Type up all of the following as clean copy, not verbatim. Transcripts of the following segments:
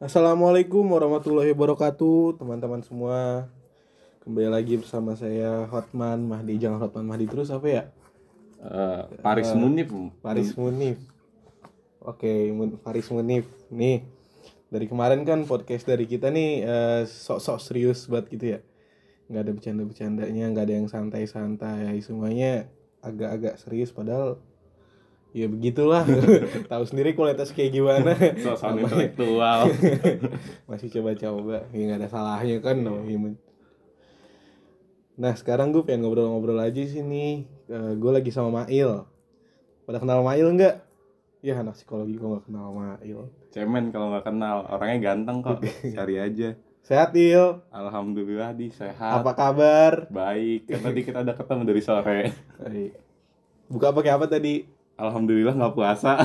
Assalamualaikum warahmatullahi wabarakatuh, teman-teman semua. Kembali lagi bersama saya Hotman Mahdi. Jangan Hotman Mahdi terus apa ya? Paris Munif. Faris Munif. Oke, Faris Munif. Nih, dari kemarin kan podcast dari kita nih sok-sok serius banget gitu ya. Nggak ada bercanda-bercandanya, nggak ada yang santai-santai. Semuanya agak-agak serius padahal ya begitulah. Tahu sendiri kualitas kayak gimana. Sosok intelektual. Masih coba-coba, ya nggak ada salahnya kan namanya human. Nah sekarang gue pengen ngobrol-ngobrol aja sih nih. Gue lagi sama Mail. Pada kenal Mail nggak? Ya anak psikologi gue nggak kenal Mail. Cemen kalau nggak kenal, orangnya ganteng kok. Cari aja. Sehat Il? Alhamdulillah sehat. Apa kabar? Baik. Kan tadi kita udah ketemu dari sore. Baik. Buka pakai apa tadi? Alhamdulillah nggak puasa.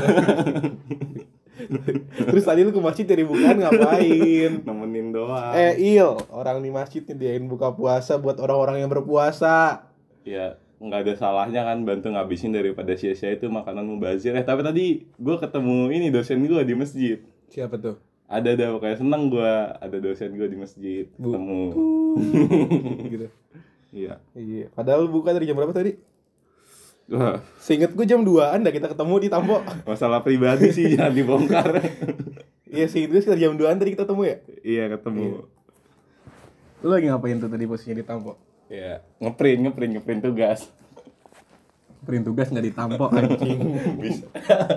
Terus tadi lu ke masjid dari bukaan ngapain? Nemenin doang. Il, orang di masjid nyediain buka puasa buat orang-orang yang berpuasa. Ya nggak ada salahnya kan bantu ngabisin daripada sia-sia itu makanan mubazir. Tapi tadi gue ketemu ini dosen gue di masjid. Siapa tuh? Ada kayak seneng gue ada dosen gue di masjid ketemu. Gitu. Iya. Iya. Padahal buka dari jam berapa tadi? Wah, Seinget gue jam 2-an dah kita ketemu di Tambo. masalah pribadi sih jangan dibongkar. Iya sih, itu sekitar jam 2-an tadi kita ketemu ya? Iya ketemu. Lu lagi ngapain tuh tadi posisinya di Tampo? Ya ngeprint tugas. Print tugas nggak ditampo anjing. Bisa.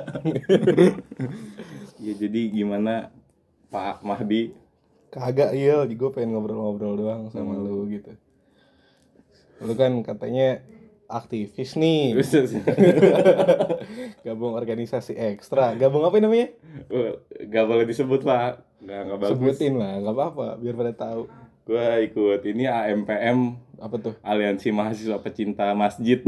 Ya jadi gimana Pak Mahdi? Kagak iya, gue pengen ngobrol-ngobrol doang sama lu gitu. Lu kan katanya aktivis nih. Gabung organisasi ekstra. Gabung apa namanya? Gak boleh disebut Pak. Gak bagus. Sebutin lah, nggak apa-apa, biar pada tahu. Gue ikut ini AMPM. Apa tuh? Aliansi Mahasiswa Pecinta Masjid.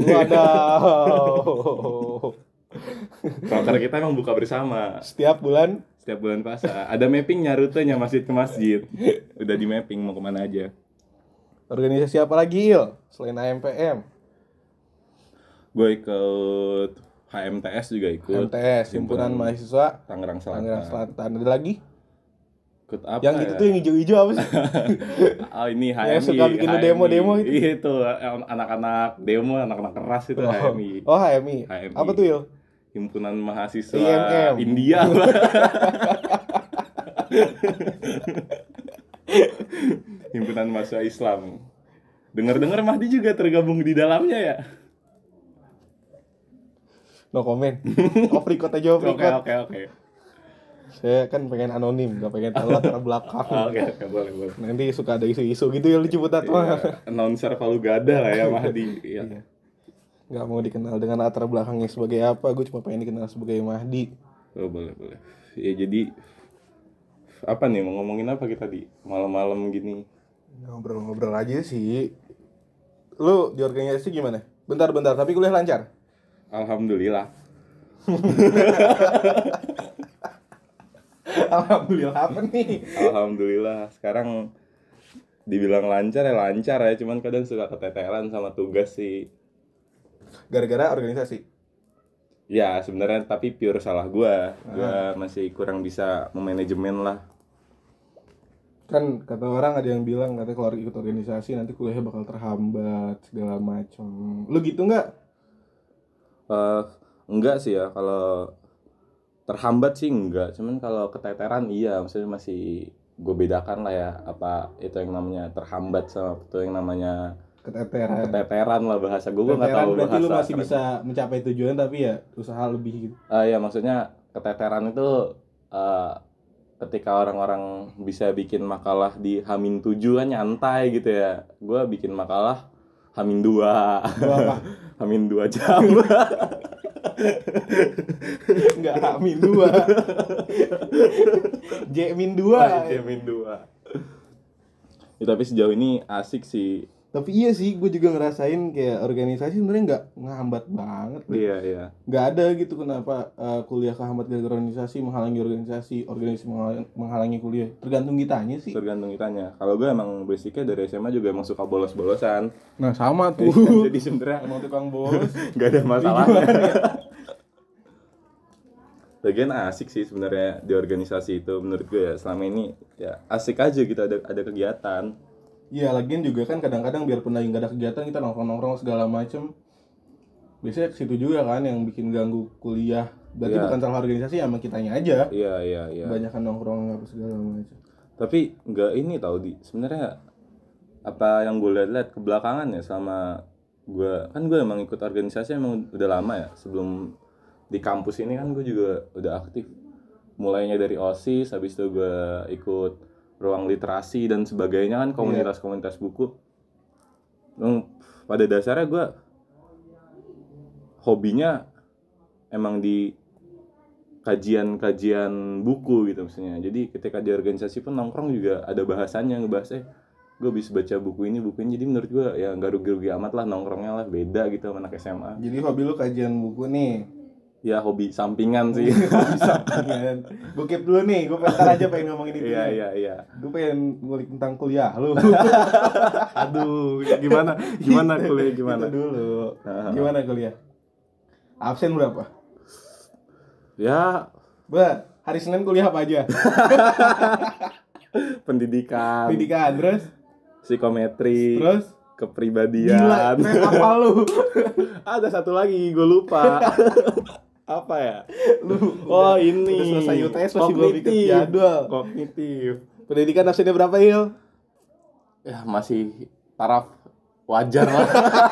Waduh. Proker kita emang buka bersama. Setiap bulan puasa. Ada mappingnya rutenya masjid ke masjid. Udah di mapping mau kemana aja. organisasi apa lagi Il? Selain AMPM? Gue ikut HMTS juga ikut. MTS, Himpunan Mahasiswa Tangerang Tangerang Selatan. Selatan. Ada lagi? Ikut apa Yang ya? gitu tuh yang hijau-hijau apa sih? Oh ini HMI. Yang suka bikin demo-demo gitu. Iya itu anak-anak demo, anak-anak keras itu HMI. Oh HMI. HMI. Apa tuh Il? Himpunan Mahasiswa IMM. India. Himpunan Mahasiswa Islam. Dengar-dengar Mahdi juga tergabung di dalamnya ya? No comment. Off record aja, off record. Oke. Saya kan pengen anonim, gak pengen tahu latar belakang. Oke, boleh. Nanti suka ada isu-isu gitu ya lucu banget mah. Announcer Palu Gada lah ya Mahdi. Iya. Gak mau dikenal dengan latar belakangnya sebagai apa, gue cuma pengen dikenal sebagai Mahdi. Oh, boleh. Ya jadi apa nih mau ngomongin apa kita di malam-malam gini? Ngobrol-ngobrol aja sih. Lu di organisasi gimana? Bentar, tapi kuliah lancar? Alhamdulillah. Alhamdulillah apa nih? Alhamdulillah. Sekarang dibilang lancar ya, cuman kadang suka keteteran sama tugas sih. Gara-gara organisasi? Ya sebenarnya tapi pure salah gua masih kurang bisa memanajemen lah. Kan kata orang ada yang bilang katanya kalau ikut organisasi nanti kuliahnya bakal terhambat segala macam. Lu gitu nggak? Enggak sih ya, kalau terhambat sih enggak, cuman kalau keteteran iya, maksudnya masih gue bedakan lah ya, apa itu yang namanya terhambat sama itu yang namanya keteteran lah bahasa gue nggak tahu bahasa. Berarti lu masih bisa mencapai tujuan tapi ya usaha lebih gitu. Ya maksudnya keteteran itu ketika orang-orang bisa bikin makalah di H-7 kan nyantai gitu ya, gue bikin makalah H-2 apa? H-2 jam. Enggak H-2 J-2 Ya, tapi sejauh ini asik sih. Tapi iya sih, gue juga ngerasain kayak organisasi sebenarnya nggak ngehambat banget. Iya. Nggak ada gitu kenapa kuliah kehambat gara-gara organisasi organisasi menghalangi kuliah. Tergantung kitanya sih. Kalau gue emang basicnya dari SMA juga emang suka bolos-bolosan. Nah sama tuh. Jadi sebenarnya emang tukang bolos. nggak ada masalahnya. Lagian asik sih sebenarnya di organisasi itu menurut gue ya, selama ini ya asik aja gitu, ada kegiatan. Iya, lagian juga kan kadang-kadang biarpun lagi nggak ada kegiatan kita nongkrong-nongkrong segala macem. Biasanya ke situ juga kan yang bikin ganggu kuliah. Berarti Iya. bukan salah organisasi, sama kitanya aja. Iya. Kebanyakan nongkrong apa segala macam. Tapi nggak ini tahu di sebenarnya apa yang gue lihat-lihat ke belakangan ya, sama gue emang ikut organisasi emang udah lama ya. Sebelum di kampus ini kan gue juga udah aktif, mulainya dari OSIS, habis itu gue ikut ruang literasi dan sebagainya kan, komunitas-komunitas buku. Pada dasarnya gue hobinya emang di kajian buku gitu maksudnya. Jadi ketika di organisasi pun nongkrong juga ada bahasannya, ngebahasnya gue bisa baca buku ini. Jadi menurut gue ya nggak rugi-rugi amat lah, nongkrongnya lah beda gitu sama anak SMA. Jadi hobi lu kajian buku nih. Ya hobi sampingan sih. Sampingan. Gue keep dulu nih, gue pengen aja pengen ngomongin itu. Iya. Gue pengen ngulik tentang kuliah lu. Aduh, gimana kuliah gimana? Itu dulu. Gimana kuliah? Absen berapa? Ya, hari Senin kuliah apa aja? pendidikan, Terus? psikometri, Terus? kepribadian. Gila, apa lu? Ada satu lagi, gue lupa. Apa ya? Ini. Udah selesai UTS masih belum ikut jadwal. Kognitif. Pendidikan absennya berapa, Il? Ya masih taraf wajar lah.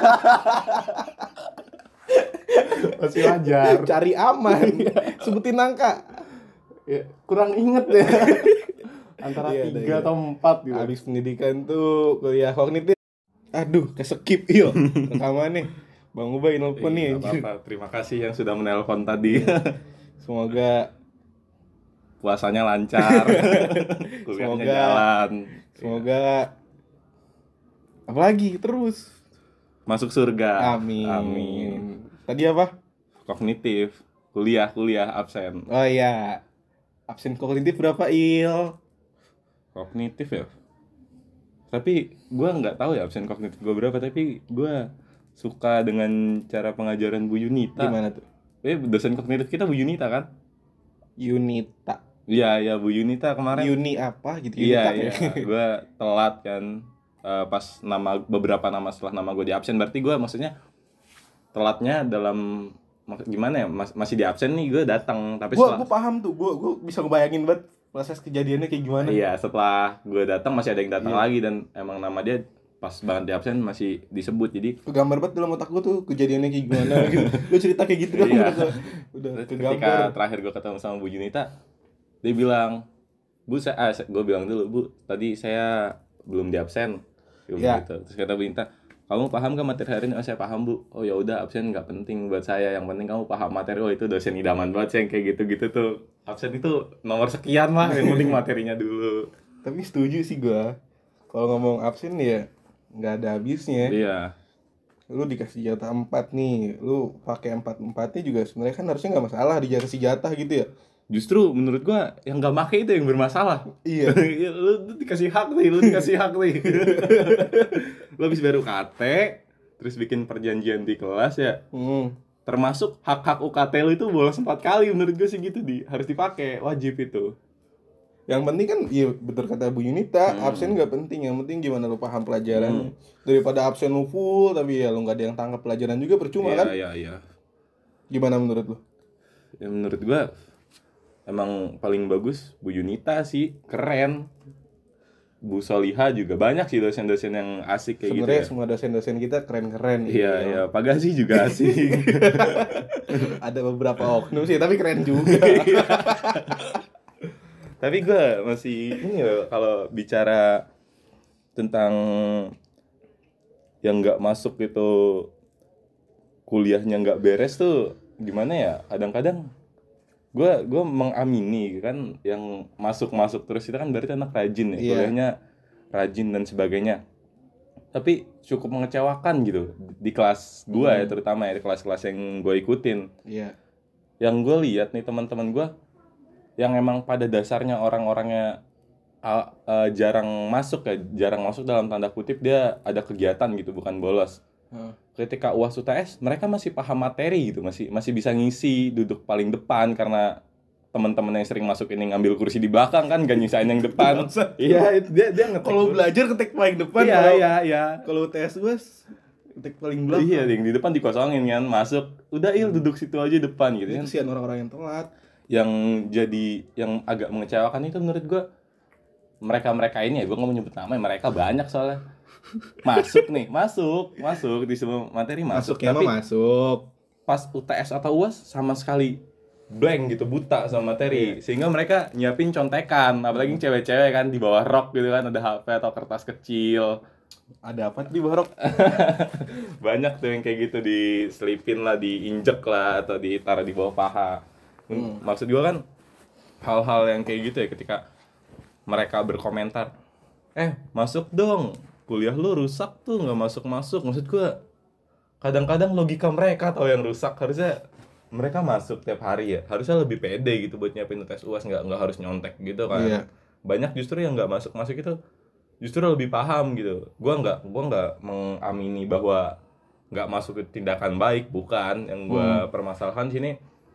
Masih wajar. Cari aman. Sebutin angka. Ya, kurang inget ya. Antara 3 atau 4 gitu. Habis pendidikan tuh kuliah kognitif. Aduh, ke-skip, Il. Rekamannya. Bang Ubay nelfon nih. Apa-apa. Terima kasih yang sudah menelpon tadi. Semoga puasanya lancar. Kuliahnya jalan. Semoga apalagi terus masuk surga. Amin. Tadi apa? Kognitif. Kuliah absen. Oh iya. Absen kognitif berapa, Il? Kognitif ya. Tapi gue nggak tahu ya absen kognitif gue berapa. Tapi gue suka dengan cara pengajaran Bu Yunita. Gimana tuh? Dosen kognitif kita Bu Yunita kan? Yunita. Iya Bu Yunita kemarin. Yuni apa gitu? Iya. Gue telat kan. Pas beberapa nama setelah nama gue di absen. Berarti gue maksudnya telatnya dalam gimana ya? Masih di absen nih gue datang. Tapi gue paham tuh. Gue bisa ngebayangin banget proses kejadiannya kayak gimana. Iya, setelah gue datang masih ada yang datang lagi, dan emang nama dia pas banget di absen masih disebut. Jadi kegambar banget dalam otak gue tuh kejadiannya kayak gimana gitu. Lu cerita kayak gitu kan. Iya. Udah ketika kegambar. terakhir gue ketemu sama Bu Junita, dia bilang, "Bu, gue bilang dulu, Bu, tadi saya belum di absen." Iya. Gitu. Terus kata Bu Junita, "Kamu paham gak materi hari ini?" "Oh, saya paham, Bu." "Oh ya udah, absen nggak penting buat saya, yang penting kamu paham materi." Oh, itu dosen idaman banget sih yang kayak gitu-gitu tuh. Absen itu nomor sekian lah, yang penting materinya dulu. Tapi setuju sih gue. Kalau ngomong absen ya nggak ada habisnya. Iya. Lu dikasih jatah 4 nih, lu pakai 4-4-nya juga sebenarnya kan harusnya nggak masalah dikasih jatah gitu ya. Justru menurut gua yang nggak make itu yang bermasalah. Iya. lu dikasih hak nih, lu habis baru KT, terus bikin perjanjian di kelas ya. Termasuk hak-hak UKT lu itu bolos 4 kali, menurut gue sih gitu, harus dipakai, wajib itu. Yang penting kan, iya betul kata Bu Yunita, absen nggak penting, yang penting gimana lu paham pelajaran. Daripada absen lu full tapi ya lu nggak ada yang tangkap pelajaran juga percuma kan? Iya. Gimana menurut lu? Ya, menurut gua emang paling bagus Bu Yunita sih, keren. Bu Soliha juga banyak sih dosen-dosen yang asik kayak sebenarnya gitu ya. Semua dosen-dosen kita keren-keren. Iya, Pak Gazi juga asik. Ada beberapa oknum sih, tapi keren juga. Tapi gue masih ini loh, kalau bicara tentang yang nggak masuk itu, kuliahnya nggak beres tuh gimana ya? Kadang-kadang gue mengamini kan yang masuk terus itu kan berarti anak rajin ya, kuliahnya rajin dan sebagainya. Tapi cukup mengecewakan gitu di kelas gue ya, terutama ya di kelas-kelas yang gue ikutin. Iya. Yang gue lihat nih teman-teman gue yang emang pada dasarnya orang-orangnya jarang masuk dalam tanda kutip, dia ada kegiatan gitu, bukan bolos. Ketika UAS UTS mereka masih paham materi gitu, masih bisa ngisi, duduk paling depan karena teman-teman yang sering masuk ini ngambil kursi di belakang kan, gak nyisain yang depan. Iya, itu dia ngetek. Kalau belajar ketik paling depan. Iya. Kalau UTS UAS ketik paling belakang. Iya, yang di depan dikosongin kan, masuk. Udah duduk situ aja depan gitu kan. Kesian orang-orang yang telat. Yang jadi yang agak mengecewakan itu menurut gua mereka ini ya, gua nggak mau nyebut nama, mereka banyak soalnya. Masuk di semua materi masuk. Masuknya Tapi masuk. pas UTS atau UAS sama sekali blank gitu, buta sama materi. Sehingga mereka nyiapin contekan, apalagi cewek-cewek kan di bawah rok gitu kan, ada HP atau kertas kecil. Ada apa di bawah rok? Banyak tuh yang kayak gitu, diselipin lah, diinjek lah, atau ditaruh di bawah paha. Maksud gua kan hal-hal yang kayak gitu ya, ketika mereka berkomentar, masuk dong, kuliah lu rusak tuh, nggak masuk. Maksud gua kadang-kadang logika mereka tau yang rusak. Harusnya mereka masuk tiap hari ya, harusnya lebih pede gitu buat nyiapin tes UAS, nggak harus nyontek gitu kan. Iya. Banyak justru yang nggak masuk itu justru lebih paham gitu. Gua nggak mengamini bahwa nggak masuk ke tindakan baik, bukan. Yang gua permasalahan sini,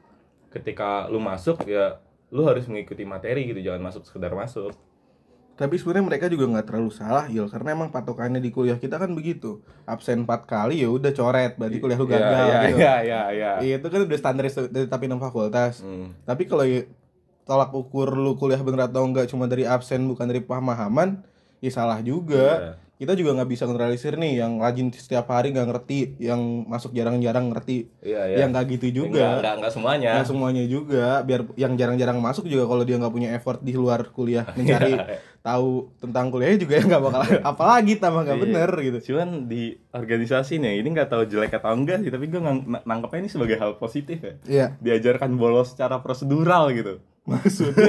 ketika lu masuk ya lu harus mengikuti materi gitu, jangan masuk sekedar masuk. Tapi sebenarnya mereka juga nggak terlalu salah, Il, karena emang patokannya di kuliah kita kan begitu. Absen 4 kali ya udah coret, berarti kuliah lu gagal gitu. Iya. Itu kan udah standar dari tapi 6 fakultas. Tapi kalau tolak ukur lu kuliah bener atau enggak cuma dari absen bukan dari pemahaman, ya salah juga. Kita juga nggak bisa generalisir nih, yang rajin setiap hari nggak ngerti, yang masuk jarang-jarang ngerti. Yang nggak gitu juga. Nggak semuanya. Nggak semuanya juga. Biar yang jarang-jarang masuk juga, kalau dia nggak punya effort di luar kuliah mencari tahu tentang kuliahnya juga, nggak bakal apalagi tambah nggak bener gitu. Cuman di organisasi nih, ini nggak tahu jelek atau enggak sih, tapi gue nangkepnya ini sebagai hal positif ya. Iya. Diajarkan bolos secara prosedural gitu. Maksudnya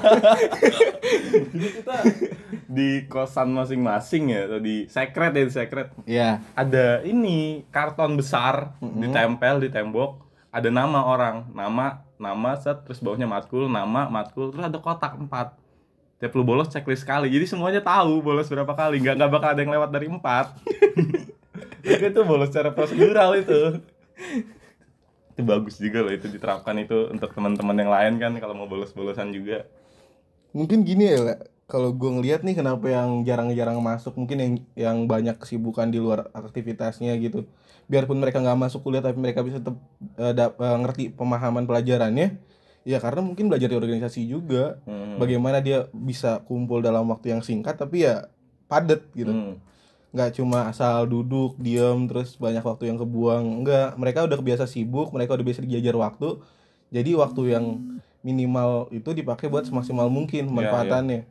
Jadi kita di kosan masing-masing ya, atau di secret. Iya. Ada ini karton besar ditempel di tembok, ada nama orang, nama set, terus bawahnya matkul, terus ada kotak 4. Tiap lu bolos checklist sekali, jadi semuanya tahu bolos berapa kali, nggak bakal ada yang lewat dari 4. Itu bolos secara prosedural itu bagus juga loh, itu diterapkan itu untuk teman-teman yang lain kan, kalau mau bolos-bolosan juga. Mungkin gini ya, kalau gue ngelihat nih kenapa yang jarang-jarang masuk, mungkin yang banyak kesibukan di luar aktivitasnya gitu. Biarpun mereka nggak masuk kuliah tapi mereka bisa tetap ngerti pemahaman pelajarannya. Ya karena mungkin belajar di organisasi juga. Bagaimana dia bisa kumpul dalam waktu yang singkat tapi ya padat gitu. Nggak cuma asal duduk, diam, terus banyak waktu yang kebuang. Enggak, mereka udah kebiasa sibuk, mereka udah biasa dijajar waktu. Jadi waktu yang minimal itu dipakai buat semaksimal mungkin manfaatannya.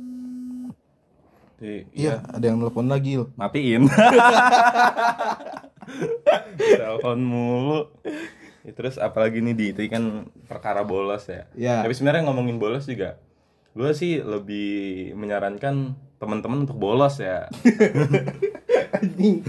Iya, ada yang telepon lagi, Il. Matiin. Telepon mulu. Ya, terus apalagi nih itu kan perkara bolos ya. Tapi sebenarnya ngomongin bolos juga, gue sih lebih menyarankan teman-teman untuk bolos ya. Anjing.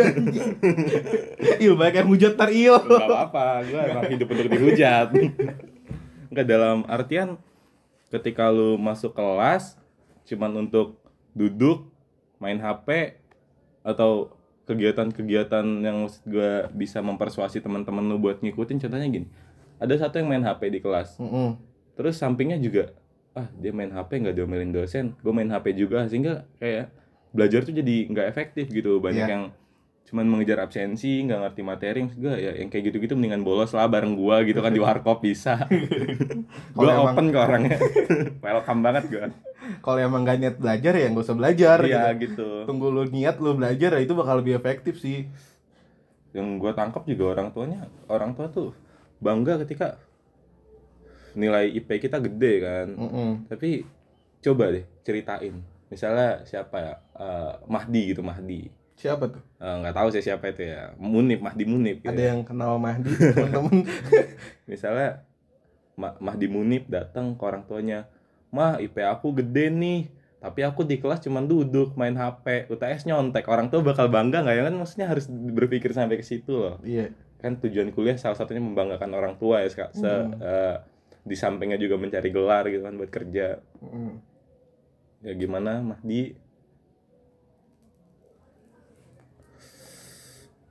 Il, banyak yang hujat tar, Il. Gak apa-apa, gue emang hidup untuk dihujat. Enggak, dalam artian ketika lu masuk kelas cuman untuk duduk, main HP, atau kegiatan-kegiatan yang maksud gue bisa mempersuasi teman-teman lu buat ngikutin. Contohnya gini, ada satu yang main HP di kelas, terus sampingnya juga dia main HP, nggak diomelin dosen, gue main HP juga, sehingga kayak belajar tuh jadi nggak efektif gitu. Banyak yang cuman mengejar absensi, nggak ngerti materi. Maksud gue ya yang kayak gitu-gitu mendingan bolos lah bareng gue gitu kan, di warkop bisa. Gue open ke orangnya. Welcome banget gue. Kalau emang gak niat belajar ya nggak usah belajar. Iya gitu. Tunggu lu niat lu belajar, ya itu bakal lebih efektif sih. Yang gue tangkap juga orang tua tuh bangga ketika nilai IP kita gede kan. Tapi coba deh ceritain, misalnya siapa ya, Mahdi. Siapa tuh? Nggak tahu sih siapa itu ya, Mahdi Munib gitu. Ada yang kenal Mahdi, teman-teman. Misalnya Mahdi Munib datang ke orang tuanya, "Mah, IP aku gede nih, tapi aku di kelas cuman duduk main HP, UTS nyontek." Orang tua bakal bangga nggak ya kan? Maksudnya harus berpikir sampai ke situ loh. Iya. Kan tujuan kuliah salah satunya membanggakan orang tua ya, di sampingnya juga mencari gelar gitu kan buat kerja. Ya gimana Mahdi?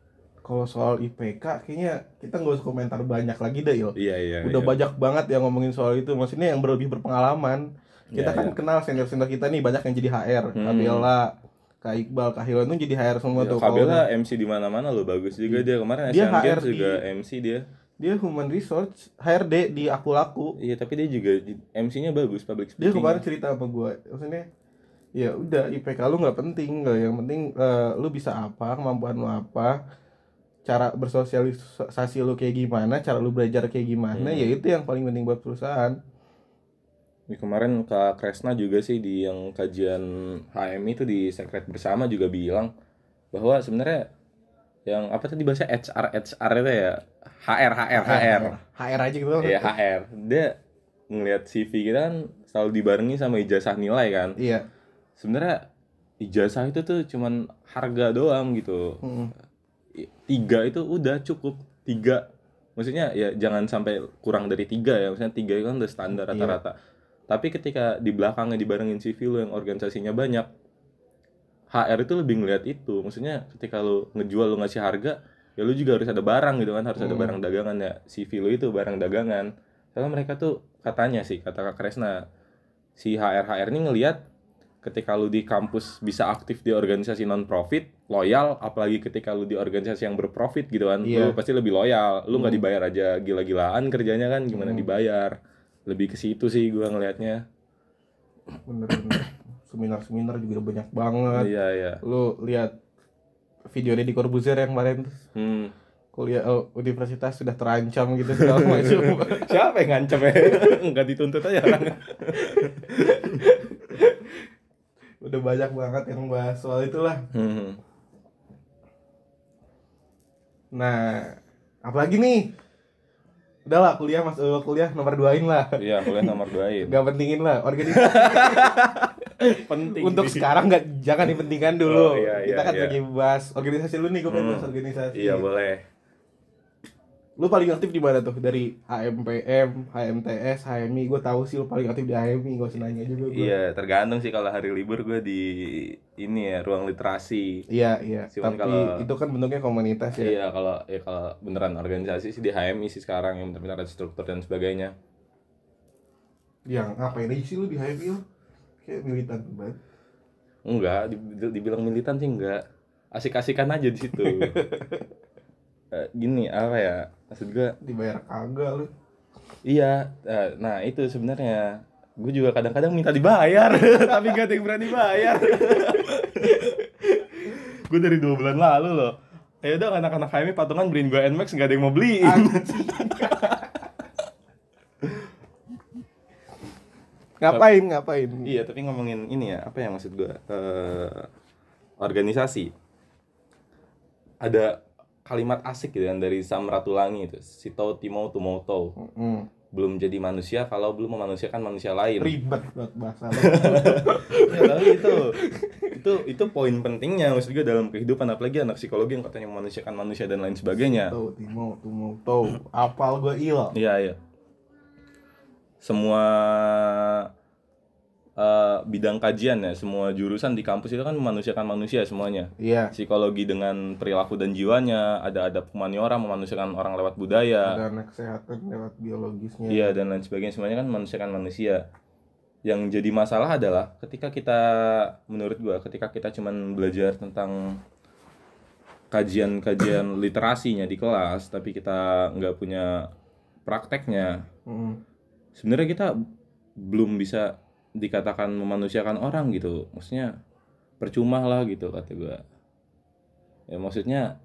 Kalau soal IPK kayaknya kita nggak usah komentar banyak lagi deh, Il. Iya. Udah banyak banget yang ngomongin soal itu. Maksudnya yang lebih berpengalaman. Kita Iya, kan iya. kenal senior-senior kita nih, banyak yang jadi HR. Kak Hmm. Bella, Kak Iqbal, Kak Hilal itu jadi HR semua Ya, tuh. Kak Kalau udah Bella MC di mana-mana loh, bagus juga dia. Kemarin dia Asian HR Games juga MC dia. dia human resource HRD di Aku Laku. Iya, tapi dia juga MC-nya bagus, public Dia speaking. kemarin cerita sama gue, maksudnya ya udah IPK lu nggak penting, nggak, yang penting lu bisa apa, kemampuan lu apa, cara bersosialisasi lu kayak gimana, cara lu belajar kayak gimana, ya itu yang paling penting buat perusahaan. Di kemarin Kak Kresna juga sih di yang kajian HMI itu di Sekret Bersama juga bilang bahwa sebenarnya yang apa tadi bahasa HR itu ya HR. HR aja gitu kan. Iya, HR. Dia ngelihat CV kita kan selalu dibarengi sama ijazah nilai kan. Iya. Sebenarnya ijazah itu tuh cuman harga doang gitu. 3 itu udah cukup. 3, maksudnya ya jangan sampai kurang dari 3 ya. Maksudnya 3 itu kan udah standar rata-rata. Tapi ketika di belakangnya dibarengin CV lu yang organisasinya banyak, HR itu lebih ngelihat itu. Maksudnya ketika lu ngejual, lu ngasih harga, ya lu juga harus ada barang gitu kan, harus ada barang dagangan ya. CV lu itu barang dagangan. Karena mereka tuh katanya sih, kata Kak Kresna, si HR ini ngelihat ketika lu di kampus bisa aktif di organisasi non profit, loyal, apalagi ketika lu di organisasi yang berprofit gitu kan, lu pasti lebih loyal. Lu nggak dibayar aja gila-gilaan kerjanya kan, gimana dibayar? Lebih ke situ sih gua ngelihatnya. Bener. Seminar-seminar juga banyak banget. Iya. Lu lihat video Deddy Corbuzier yang kemarin tuh. Kuliah universitas sudah terancam gitu segala macam. Siapa yang ngancam ya? Enggak dituntut aja orang. Udah banyak banget yang bahas soal itulah. Nah, apalagi nih? Udahlah kuliah, kuliah nomor 2-in lah. Iya, kuliah nomor 2-in. Gak pentingin lah organisasi. Penting. Untuk sekarang jangan dipentingkan dulu. Iya, Kita kan iya. lagi bahas organisasi lu nih, gue pengen bahas organisasi. Iya, boleh. Lu paling aktif di mana tuh? Dari HMPM, HMTS, HMI. Gue tahu sih lu paling aktif di HMI, gue usah nanya juga gue. Iya, tergantung sih. Kalau hari libur gue di ini ya, ruang literasi. Iya. Cuman Tapi kalau itu kan bentuknya komunitas ya. iya, kalau beneran organisasi sih di HMI sih sekarang, yang benar-benar ada struktur dan sebagainya. Yang ngapain aja sih lu di HMI lu? Kayak militan banget. Enggak, dibilang militan sih enggak. Asik-asikan aja di situ. Gini, apa ya? Maksud gue, Dibayar kagak lu. iya, nah itu sebenarnya gue juga kadang-kadang minta dibayar, tapi gak ada yang berani bayar. Gue dari 2 bulan lalu loh. Ayo dong anak-anak HMI patungan beliin gue NMAX, gak ada yang mau beli. Ngapain? Iya, tapi ngomongin ini ya, apa ya maksud gue? Organisasi. Ada kalimat asik gitu kan dari Sam Ratulangi itu, Sito Timo Tumoto. Belum jadi manusia kalau belum memanusiakan manusia lain. Ribet buat bahasa lu. Ya, tapi itu poin pentingnya maksud gue dalam kehidupan, apalagi anak psikologi yang katanya memanusiakan manusia dan lain sebagainya. Timo apal gue Iya. Semua bidang kajian ya, semua jurusan di kampus itu kan memanusiakan manusia semuanya. Iya. Psikologi dengan perilaku dan jiwanya, ada humaniora memanusiakan orang lewat budaya. Ada anak kesehatan lewat biologisnya. Iya, dan lain sebagainya, semuanya kan memanusiakan manusia. Yang jadi masalah adalah ketika kita, menurut gua, ketika kita cuman belajar tentang kajian literasinya di kelas, tapi kita nggak punya prakteknya, sebenarnya kita belum bisa dikatakan memanusiakan orang gitu. Maksudnya percuma lah gitu kata gua. Ya maksudnya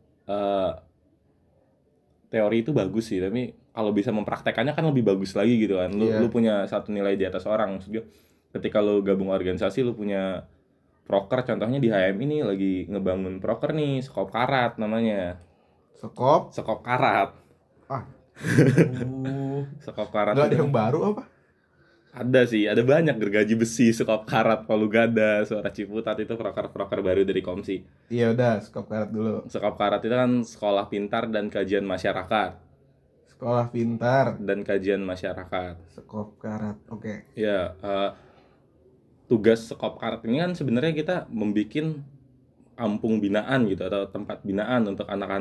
teori itu bagus sih, tapi kalau bisa mempraktekannya kan lebih bagus lagi gitu kan. Lu punya satu nilai di atas orang. Maksudnya ketika lu gabung organisasi, lu punya proker, contohnya di HM ini lagi ngebangun proker nih, Skop Karat namanya. Skop Karat. Skop Karat. Gak ada yang baru apa? Ada sih, ada banyak, Gergaji Besi, Skop Karat, Palu Gada, Suara Ciputat, itu proker baru dari Komsi. Iya udah, Skop Karat dulu. Skop Karat itu kan sekolah pintar dan kajian masyarakat. Sekolah pintar dan kajian masyarakat. Skop Karat, oke. Ya, tugas Skop Karat ini kan sebenarnya kita membikin kampung binaan gitu, atau tempat binaan untuk anak-anak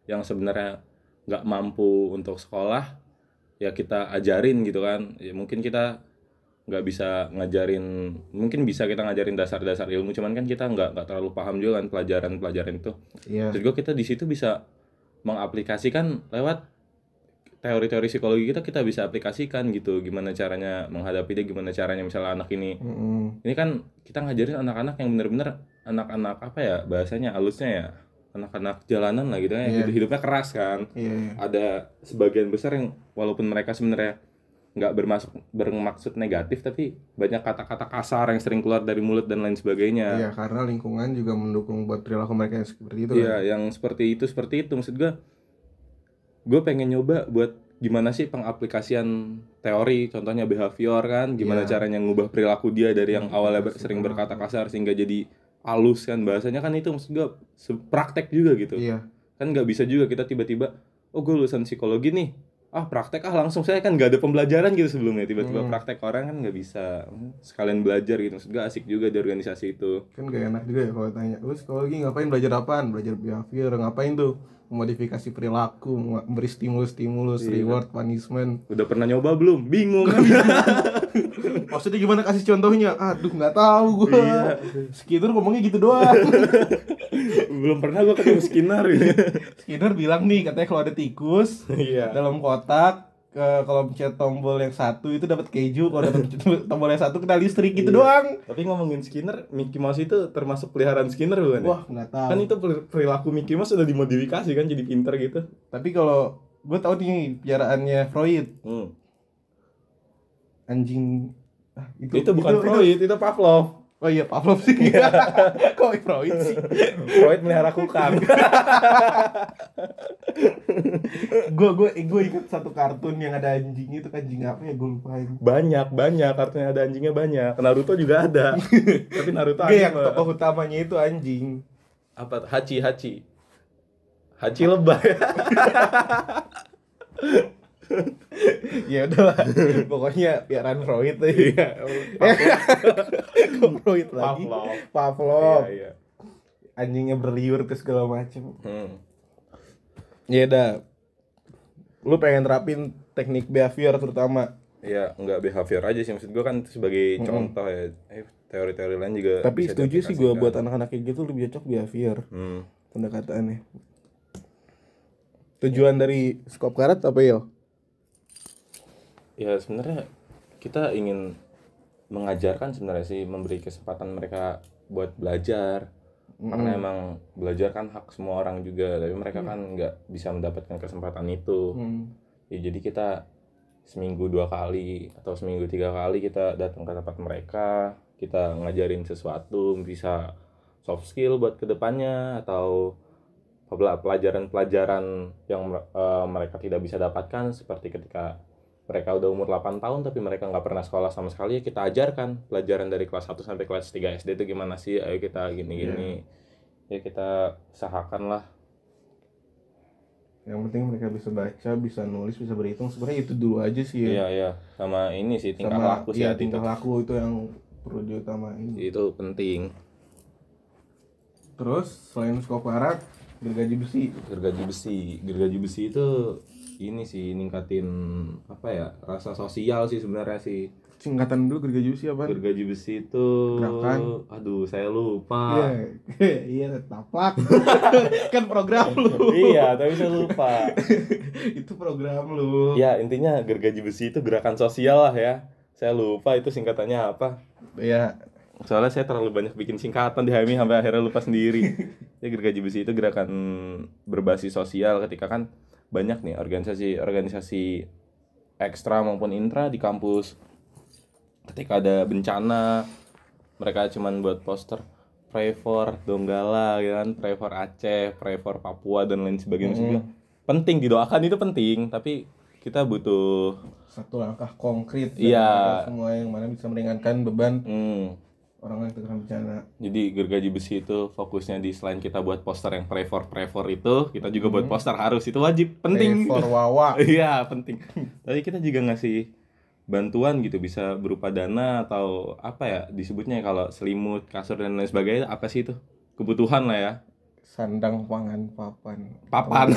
yang sebenarnya nggak mampu untuk sekolah ya kita ajarin gitu kan. Ya mungkin kita nggak bisa ngajarin, mungkin bisa kita ngajarin dasar-dasar ilmu, cuman kan kita nggak terlalu paham juga kan pelajaran itu. Iya. Terus juga kita di situ bisa mengaplikasikan lewat teori-teori psikologi kita bisa aplikasikan gitu, gimana caranya menghadapi dia, gimana caranya misalnya anak ini kan kita ngajarin anak-anak yang benar-benar anak-anak apa ya bahasanya halusnya ya, anak-anak jalanan lah gitu ya, hidupnya keras kan. Ada sebagian besar yang walaupun mereka sebenarnya nggak bermaksud negatif, tapi banyak kata-kata kasar yang sering keluar dari mulut dan lain sebagainya. Iya, karena lingkungan juga mendukung buat perilaku mereka yang seperti itu. Iya, yang seperti itu. Maksud gue pengen nyoba buat gimana sih pengaplikasian teori, contohnya behavior kan, gimana caranya ngubah perilaku dia dari yang awalnya sering berkata kasar sehingga jadi halus kan bahasanya kan, itu maksud gue praktek juga gitu. Iya. Kan nggak bisa juga kita tiba-tiba, oh gue lulusan psikologi nih, praktek langsung, saya kan nggak ada pembelajaran gitu sebelumnya, tiba-tiba praktek, orang kan nggak bisa sekalian belajar gitu. Maksud gue asik juga di organisasi itu. Kan gak enak juga ya kalau tanya, lu psikologi ngapain, belajar apaan? Belajar behavior, ngapain tuh? Memodifikasi perilaku, memberi stimulus, reward, punishment. Udah pernah nyoba belum? Bingung kan? Maksudnya gimana, kasih contohnya? Aduh nggak tahu gue. Skinner ngomongnya gitu doang. Belum pernah gue ketemu Skinner. Skinner bilang nih, katanya kalau ada tikus dalam kotak, kalau pencet tombol yang satu itu dapat keju, kalau dapat tombol yang satu kena listrik gitu doang. Tapi ngomongin Skinner, Mickey Mouse itu termasuk peliharaan Skinner bukan? Wah nggak tahu. Kan itu perilaku Mickey Mouse sudah dimodifikasi kan jadi pinter gitu. Tapi kalau gue tahu nih piaraannya Freud. Anjing. Itu bukan Freud, itu Pavlov. Oh iya, Pavlov sih. Kok Freud sih? Freud melihara kukang. Gue ingat satu kartun yang ada anjing, itu anjing apa ya, gue lupa. Banyak kartunnya ada anjingnya banyak. Naruto juga ada. Tapi Naruto yang tokoh utamanya itu anjing. Apa? Hachi lebay. Ya udahlah, pokoknya piaraan Freud tuh. Freud lagi. Pavlov. Iya. Anjingnya berliur ke segala macam. Ya udah. Lu pengen terapin teknik behavior terutama. Iya, enggak behavior aja sih, maksud gue kan sebagai contoh ya. Teori-teori lain juga. Tapi setuju sih gue, buat anak-anak kayak gitu lebih cocok behavior. Pendekatannya. Tujuan dari Skop Karat apa ya? Ya sebenarnya kita ingin mengajarkan sebenarnya sih, memberi kesempatan mereka buat belajar. Karena emang belajar kan hak semua orang juga, tapi mereka kan nggak bisa mendapatkan kesempatan itu. Ya jadi kita seminggu 2 kali atau seminggu 3 kali kita datang ke tempat mereka, kita ngajarin sesuatu, bisa soft skill buat kedepannya atau pelajaran-pelajaran yang mereka tidak bisa dapatkan, seperti ketika mereka udah umur 8 tahun tapi mereka nggak pernah sekolah sama sekali, ya kita ajarkan pelajaran dari kelas 1 sampai kelas 3 SD itu gimana sih, ayo kita gini-gini. Ya kita usahakan lah. Yang penting mereka bisa baca, bisa nulis, bisa berhitung, sebenarnya itu dulu aja sih ya. Iya, sama ini sih tingkah laku sih. Iya, tingkah laku itu yang perlu diutamain. Itu penting. Terus selain Skop Karat, gergaji besi itu ini sih ningkatin apa ya, rasa sosial sih sebenarnya sih. Singkatan dulu gergaji besi apa? Gergaji besi itu gerakan. Aduh, saya lupa. Iya, taplak. Kan program lu. Iya, tapi saya lupa. Itu program lu. Ya, intinya gergaji besi itu gerakan sosial lah ya. Saya lupa itu singkatannya apa. Iya. Soalnya saya terlalu banyak bikin singkatan di HMI sampai akhirnya lupa sendiri. Ya, gergaji besi itu gerakan berbasis sosial, ketika kan banyak nih organisasi ekstra maupun intra di kampus. Ketika ada bencana, mereka cuman buat poster pray for Donggala kan, pray for Aceh, pray for Papua dan lain sebagainya. Penting didoakan, itu penting, tapi kita butuh satu langkah konkret semua yang mana bisa meringankan beban orang yang terkena bencana. Jadi gergaji besi itu fokusnya di, selain kita buat poster yang pray for itu, kita juga buat poster, harus, itu wajib, penting. Pray for Wawa. Iya, penting. Tapi kita juga ngasih bantuan gitu, bisa berupa dana atau apa ya disebutnya, kalau selimut, kasur dan lain sebagainya, apa sih itu? Kebutuhan lah ya. Sandang pangan papan. Papan.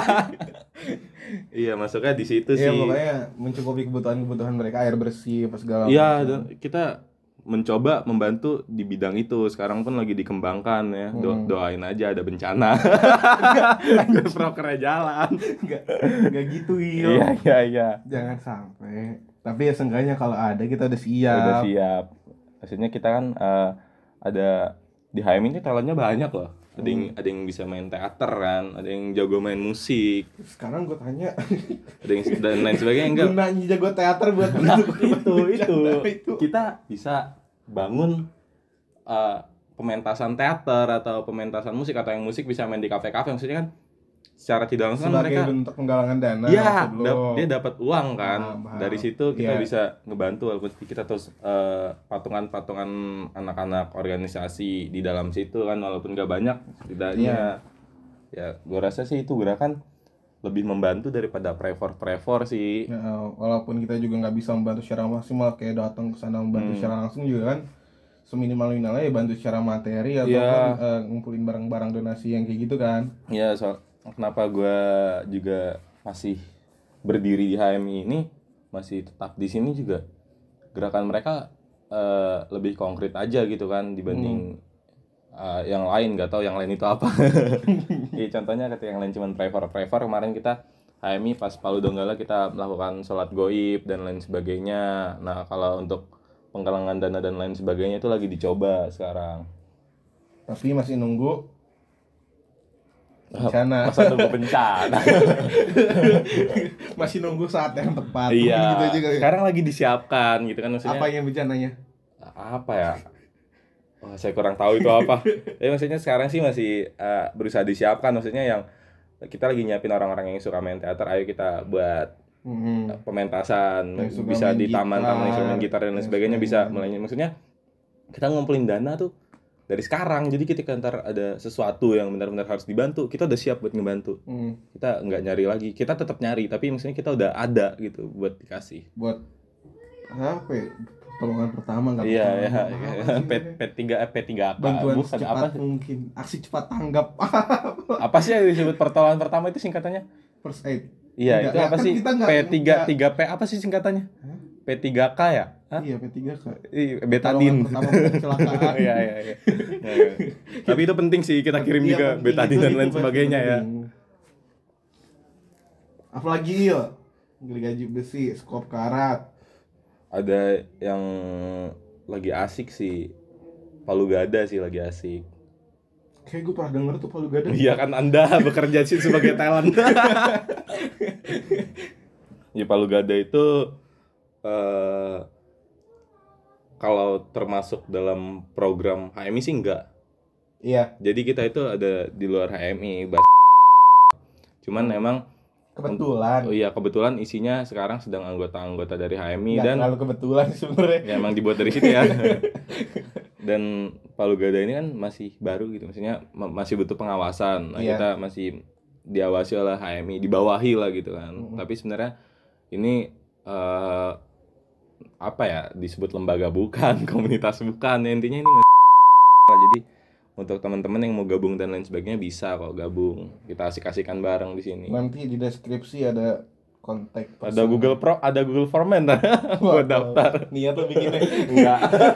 Iya, masuknya di situ Iya, sih. pokoknya mencukupi kebutuhan mereka, air bersih apa segala Iya, macam. dan kita mencoba membantu di bidang itu. Sekarang pun lagi dikembangkan ya. Doain aja ada bencana. Prokernya jalan. Enggak gitu, Il. Iya. Jangan sampai. Tapi ya seenggaknya kalau ada kita udah siap. Udah siap. Maksudnya kita kan ada di HM ini talentnya banyak loh. Ada yang bisa main teater kan, ada yang jago main musik. Sekarang gue tanya, Ada yang dan lain sebagainya enggak. gunanya jago teater buat Nah, itu kita bisa bangun pementasan teater atau pementasan musik, atau yang musik bisa main di kafe-kafe. Maksudnya kan secara tidak langsung sebagai mereka bentuk penggalangan dana. iya, maksud lo. dia dapat uang kan. Paham. Dari situ kita Iya. bisa ngebantu, walaupun kita terus patungan-patungan anak-anak organisasi di dalam situ kan, walaupun gak banyak setidaknya. Ya gue rasa sih itu gerakan lebih membantu daripada prevor sih. Ya, walaupun kita juga nggak bisa membantu secara maksimal kayak datang ke sana membantu secara langsung juga kan, seminimal-minimalnya ya bantu secara materi ataupun ngumpulin barang-barang donasi yang kayak gitu kan. Ya, kenapa gue juga masih berdiri di HMI ini, masih tetap di sini juga, gerakan mereka lebih konkret aja gitu kan dibanding yang lain. Gak tahu yang lain itu apa. Ya, contohnya ketika yang lain cuma prevor kemarin kita HMI pas Palu Donggala kita melakukan sholat goib dan lain sebagainya. Nah, kalau untuk penggalangan dana dan lain sebagainya itu lagi dicoba sekarang. Tapi masih nunggu bencana. Masa nunggu bencana? Masih nunggu saat yang tepat. Iya, Gitu juga. sekarang lagi disiapkan gitu kan, maksudnya. Apa yang bencananya? Apa ya? Wah, saya kurang tahu itu apa. Tapi maksudnya sekarang sih masih berusaha disiapkan, maksudnya yang kita lagi nyiapin orang-orang yang suka main teater, ayo kita buat pementasan, Yang suka bisa main di taman-taman gitar, instrumen gitar dan lain yang sebagainya, suka bisa main- mulai. Maksudnya kita ngumpulin dana tuh dari sekarang, jadi ketika ntar ada sesuatu yang benar-benar harus dibantu, kita udah siap buat ngebantu. Kita nggak nyari lagi, kita tetap nyari, tapi maksudnya kita udah ada gitu buat dikasih. Buat apa ya? Pertolongan pertama nggak? Iya, pertolongan. P3K Bantuan bukan secepat apa? mungkin. Aksi cepat tanggap. Apa sih yang disebut pertolongan pertama itu singkatannya? First aid. Iya, Enggak, itu ya apa kan sih? kita nggak- P3P apa sih singkatannya? Hah? P3K ya? Hah? Iya, P3K. Betadine. Pertolongan pertama kecelakaan. Iya. Nah, tapi itu penting sih, kita kirim Iya, juga penting. betadine dan Itu lain pasti sebagainya ya. penting. Apalagi Il, gergaji besi, skop karat. Ada yang lagi asik sih, Palu Gada sih lagi asik. Kayak gue pernah denger tuh Palu Gada. Iya kan, Anda bekerja sih sebagai talent. Ya, Palu Gada itu kalau termasuk dalam program HMI sih enggak. Iya, Jadi kita itu ada di luar HMI. Cuman emang kebetulan. oh iya, kebetulan isinya sekarang sedang anggota-anggota dari HMI Nggak dan terlalu kebetulan sebenarnya. ya emang dibuat dari situ ya. Dan Palu Gada ini kan masih baru gitu, maksudnya masih butuh pengawasan. Nah, Iya. kita masih diawasi oleh HMI, dibawahi lah gitu kan. Tapi sebenarnya ini apa ya, disebut lembaga bukan, komunitas bukan. Ya, intinya ini jadi untuk teman-teman yang mau gabung dan lain sebagainya bisa kok gabung. Kita asik-asikan bareng di sini. Nanti di deskripsi ada kontak. Ada Google Form ntar buat daftar. Niat lo bikinnya. Enggak.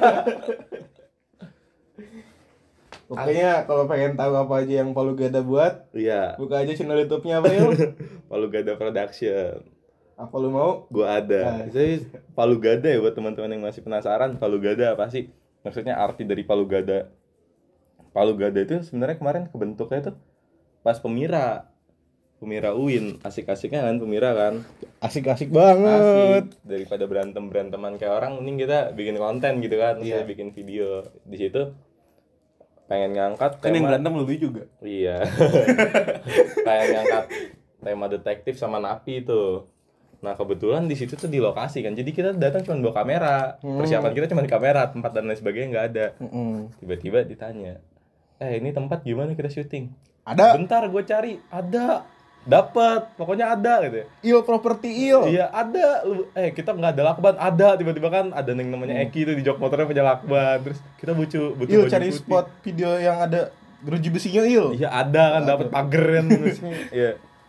Pokoknya kalau pengen tahu apa aja yang Palu Gada buat, Iya, buka aja channel YouTube-nya April. Palu Gada Production. Apa lu mau? Gua ada. Jadi Palu Gada ya, buat teman-teman yang masih penasaran, Palu Gada apa sih? Maksudnya arti dari Palu Gada. Palu Gada itu sebenarnya kemarin kebentuknya tuh pas Pemira UIN, asik-asiknya kan Pemira kan. Asik-asik banget. Asik. Daripada berantem-beranteman kayak orang, mending kita bikin konten gitu kan. Saya bikin video di situ. Pengen ngangkat Kan yang tema. berantem lebih juga. Iya. Pengen ngangkat tema detektif sama napi itu. Nah, kebetulan di situ tuh di lokasi kan. Jadi kita datang cuma bawa kamera. Persiapan kita cuma di kamera, tempat dan lain sebagainya nggak ada. Tiba-tiba ditanya, ini tempat gimana kita syuting? Ada. Bentar gue cari. Ada. Dapat. Pokoknya ada gitu. Il properti Il. Iya, ada. Kita nggak ada lakban. Ada. Tiba-tiba kan ada yang namanya Eki tuh di jok motornya punya lakban. Terus kita butuh Il baju cari putih. spot video yang ada Jeruji besinya il. Iya ada kan, dapat pagar kan maksudnya. Iya.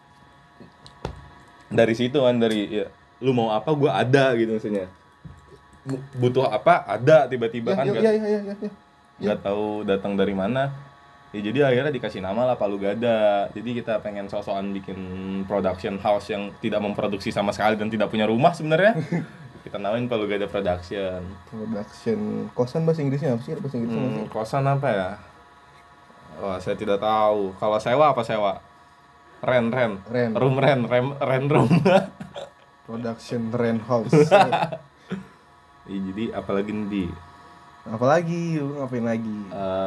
Dari situ kan, dari ya, lu mau apa gua ada gitu maksudnya. Butuh apa ada tiba-tiba kan nggak tahu datang dari mana. Ya jadi akhirnya dikasih nama lah Palu Gada. Jadi kita pengen sosokan bikin production house yang tidak memproduksi sama sekali dan tidak punya rumah sebenarnya. Kita namain Palu Gada Production. Kosan bahasa Inggrisnya apa sih? Bahasa Inggrisnya Kosan apa ya? Wah, saya tidak tahu. Kalau sewa apa sewa? Rent. Room. Production rent house. Ya, jadi apalagi nih? Apalagi lu ngapain lagi?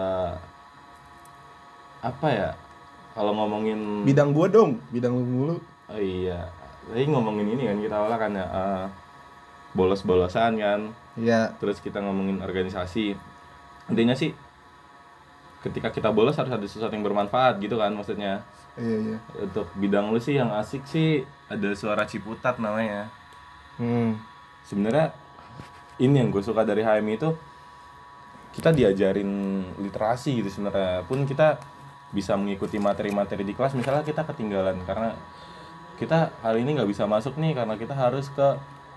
Apa ya? Kalau ngomongin Bidang gua dong, bidang lu mulu. Oh iya. Tadi ngomongin ini kan kita awalnya kan ya bolos-bolosan kan. Iya. Terus kita ngomongin organisasi. Intinya sih ketika kita bolos harus ada sesuatu yang bermanfaat gitu kan maksudnya. Iya. Untuk bidang lu sih yang asik sih ada Suara Ciputat namanya. Sebenarnya ini yang gue suka dari HMI itu kita diajarin literasi gitu sebenarnya. Pun kita bisa mengikuti materi-materi di kelas, misalnya kita ketinggalan karena kita hari ini nggak bisa masuk nih karena kita harus ke